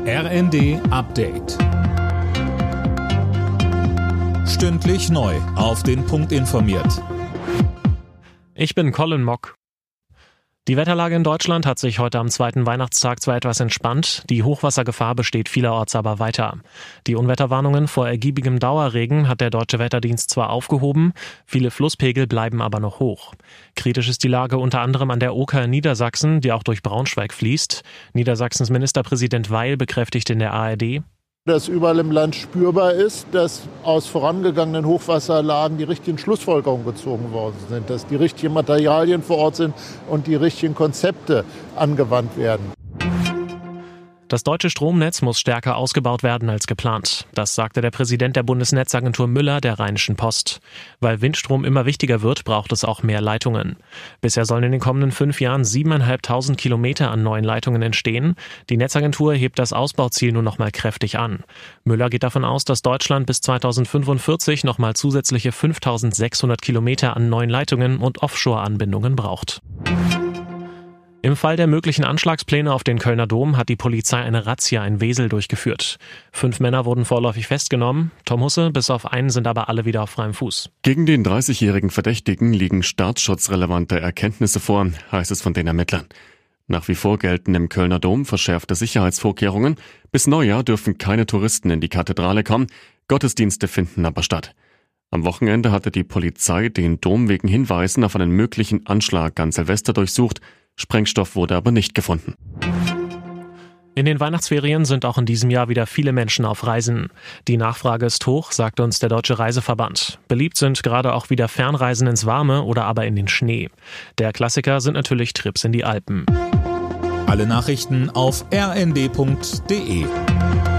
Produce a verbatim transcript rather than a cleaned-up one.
R N D Update. Stündlich neu auf den Punkt informiert. Ich bin Colin Mock. Die Wetterlage in Deutschland hat sich heute am zweiten Weihnachtstag zwar etwas entspannt, die Hochwassergefahr besteht vielerorts aber weiter. Die Unwetterwarnungen vor ergiebigem Dauerregen hat der Deutsche Wetterdienst zwar aufgehoben, viele Flusspegel bleiben aber noch hoch. Kritisch ist die Lage unter anderem an der Oker in Niedersachsen, die auch durch Braunschweig fließt. Niedersachsens Ministerpräsident Weil bekräftigte in der A R D: Dass überall im Land spürbar ist, dass aus vorangegangenen Hochwasserlagen die richtigen Schlussfolgerungen gezogen worden sind, dass die richtigen Materialien vor Ort sind und die richtigen Konzepte angewandt werden. Das deutsche Stromnetz muss stärker ausgebaut werden als geplant. Das sagte der Präsident der Bundesnetzagentur Müller der Rheinischen Post. Weil Windstrom immer wichtiger wird, braucht es auch mehr Leitungen. Bisher sollen in den kommenden fünf Jahren siebeneinhalbtausend Kilometer an neuen Leitungen entstehen. Die Netzagentur hebt das Ausbauziel nun noch mal kräftig an. Müller geht davon aus, dass Deutschland bis zweitausendfünfundvierzig noch mal zusätzliche fünftausendsechshundert Kilometer an neuen Leitungen und Offshore-Anbindungen braucht. Im Fall der möglichen Anschlagspläne auf den Kölner Dom hat die Polizei eine Razzia in Wesel durchgeführt. Fünf Männer wurden vorläufig festgenommen. Tom Husse, bis auf einen sind aber alle wieder auf freiem Fuß. Gegen den dreißigjährigen Verdächtigen liegen staatsschutzrelevante Erkenntnisse vor, heißt es von den Ermittlern. Nach wie vor gelten im Kölner Dom verschärfte Sicherheitsvorkehrungen. Bis Neujahr dürfen keine Touristen in die Kathedrale kommen. Gottesdienste finden aber statt. Am Wochenende hatte die Polizei den Dom wegen Hinweisen auf einen möglichen Anschlag an Silvester durchsucht. Sprengstoff wurde aber nicht gefunden. In den Weihnachtsferien sind auch in diesem Jahr wieder viele Menschen auf Reisen. Die Nachfrage ist hoch, sagt uns der Deutsche Reiseverband. Beliebt sind gerade auch wieder Fernreisen ins Warme oder aber in den Schnee. Der Klassiker sind natürlich Trips in die Alpen. Alle Nachrichten auf r n d punkt d e.